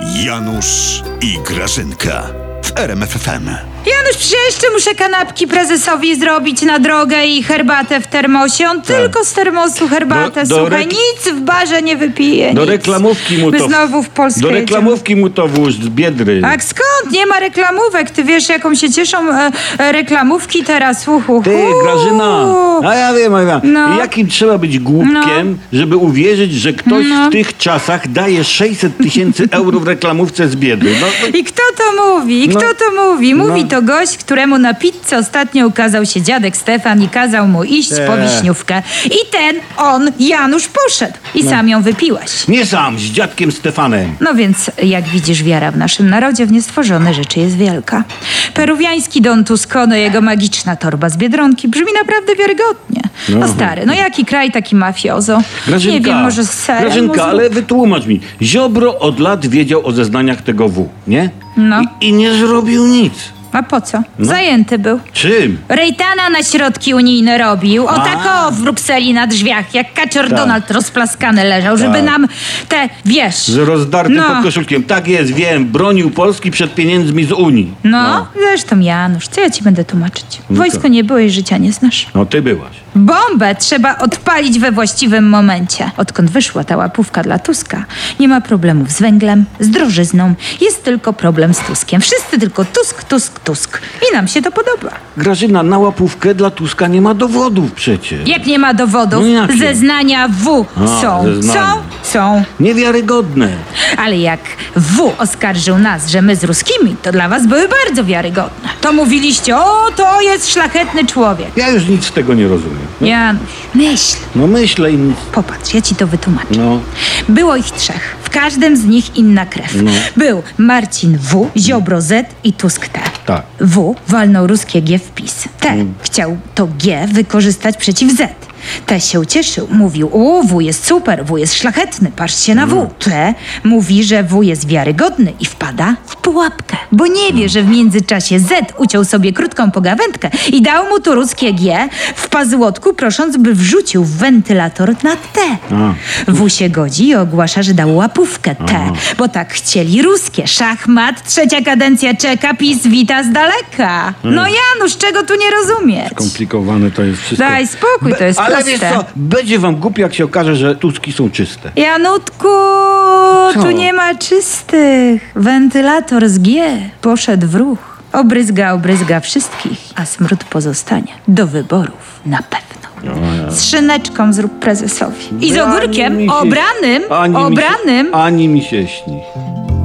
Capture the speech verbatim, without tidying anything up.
Janusz i Grażynka w R M F F M. Janusz, przecież jeszcze muszę kanapki prezesowi zrobić na drogę i herbatę w termosie. On tak. tylko z termosu herbatę, do, do słuchaj, rek... nic w barze nie wypije, Do nic. reklamówki mu My to... znowu w Polskę Do jedziemy. reklamówki mu to włóż z Biedry. Tak, skąd? Nie ma reklamówek. Ty wiesz, jaką się cieszą e, e, reklamówki teraz. Uhu, Ty, Grażyna, a ja wiem, ja wiem. No. Jakim trzeba być głupkiem, no. żeby uwierzyć, że ktoś No. w tych czasach daje sześćset tysięcy euro w reklamówce z Biedry. No, to... I kto to mówi? I No. kto to mówi? Mówi No. to gość, któremu na pizzę ostatnio ukazał się dziadek Stefan i kazał mu iść Eee. po wiśniówkę. I ten, on, Janusz, poszedł. I No. sam ją wypiłaś. Nie sam, z dziadkiem Stefanem. No więc, jak widzisz, wiara w naszym narodzie w niestworzone rzeczy jest wielka. Peruwiański Don Tuscone, jego magiczna torba z Biedronki brzmi naprawdę wiarygodnie. No, No. stary, no jaki kraj, taki mafiozo. Grażynka, Nie wiem, może z serem. Grażynka, może... ale wytłumacz mi. Ziobro od lat wiedział o zeznaniach tego W, nie? No. I, i nie zrobił nic. A po co? No. Zajęty był. Czym? Rejtana na środki unijne robił. O A. tak o w Brukseli na drzwiach, jak kaczor Tak. Donald rozplaskany leżał, żeby Tak. nam te, wiesz... Z rozdartym No. podkoszulkiem. Tak jest, wiem. Bronił Polski przed pieniędzmi z Unii. No, zresztą Janusz, co ja ci będę tłumaczyć? W No wojsku co? nie byłeś, życia nie znasz. No ty byłaś. Bombę trzeba odpalić we właściwym momencie. Odkąd wyszła ta łapówka dla Tuska, nie ma problemów z węglem, z drożyzną. Jest tylko problem z Tuskiem. Wszyscy tylko Tusk, Tusk, Tusk. I nam się to podoba. Grażyna, na łapówkę dla Tuska nie ma dowodów przecież. Jak nie ma dowodów, No jakie? zeznania W A, są. zeznania. Są? Są. Niewiarygodne. Ale jak W oskarżył nas, że my z ruskimi, to dla was były bardzo wiarygodne. To mówiliście, o, to jest szlachetny człowiek. Ja już nic z tego nie rozumiem. No, Janusz, myśl. no myślę i nic. Popatrz, ja ci to wytłumaczę. No. Było ich trzech. W każdym z nich inna krew. No. Był Marcin W, Ziobro Z i Tusk T. Tak. W walnął ruskie G w PiS. T chciał to G wykorzystać przeciw Z. T się ucieszył, mówił, o, W jest super, W jest szlachetny, patrzcie na W. T mówi, że W jest wiarygodny i wpada w pułapkę, bo nie wie, że w międzyczasie Z uciął sobie krótką pogawędkę i dał mu to ruskie G w pazłotku, prosząc, by wrzucił w wentylator na T. A. W się godzi i ogłasza, że dał łapówkę T, bo tak chcieli ruskie. Szachmat, trzecia kadencja czeka, PiS wita z daleka. No Janusz, czego tu nie rozumieć? Komplikowane to jest wszystko. Daj spokój, to jest Ale proste. wiesz co, będzie wam głupio, jak się okaże, że Tuski są czyste. Janutku, Co? tu nie ma czystych. Wentylator z G poszedł w ruch. Obryzga, obryzga wszystkich, a smród pozostanie do wyborów na pewno. Z szyneczką zrób prezesowi. I z Ani mi ogórkiem się- obranym, ani mi się- obranym. Ani mi się śni.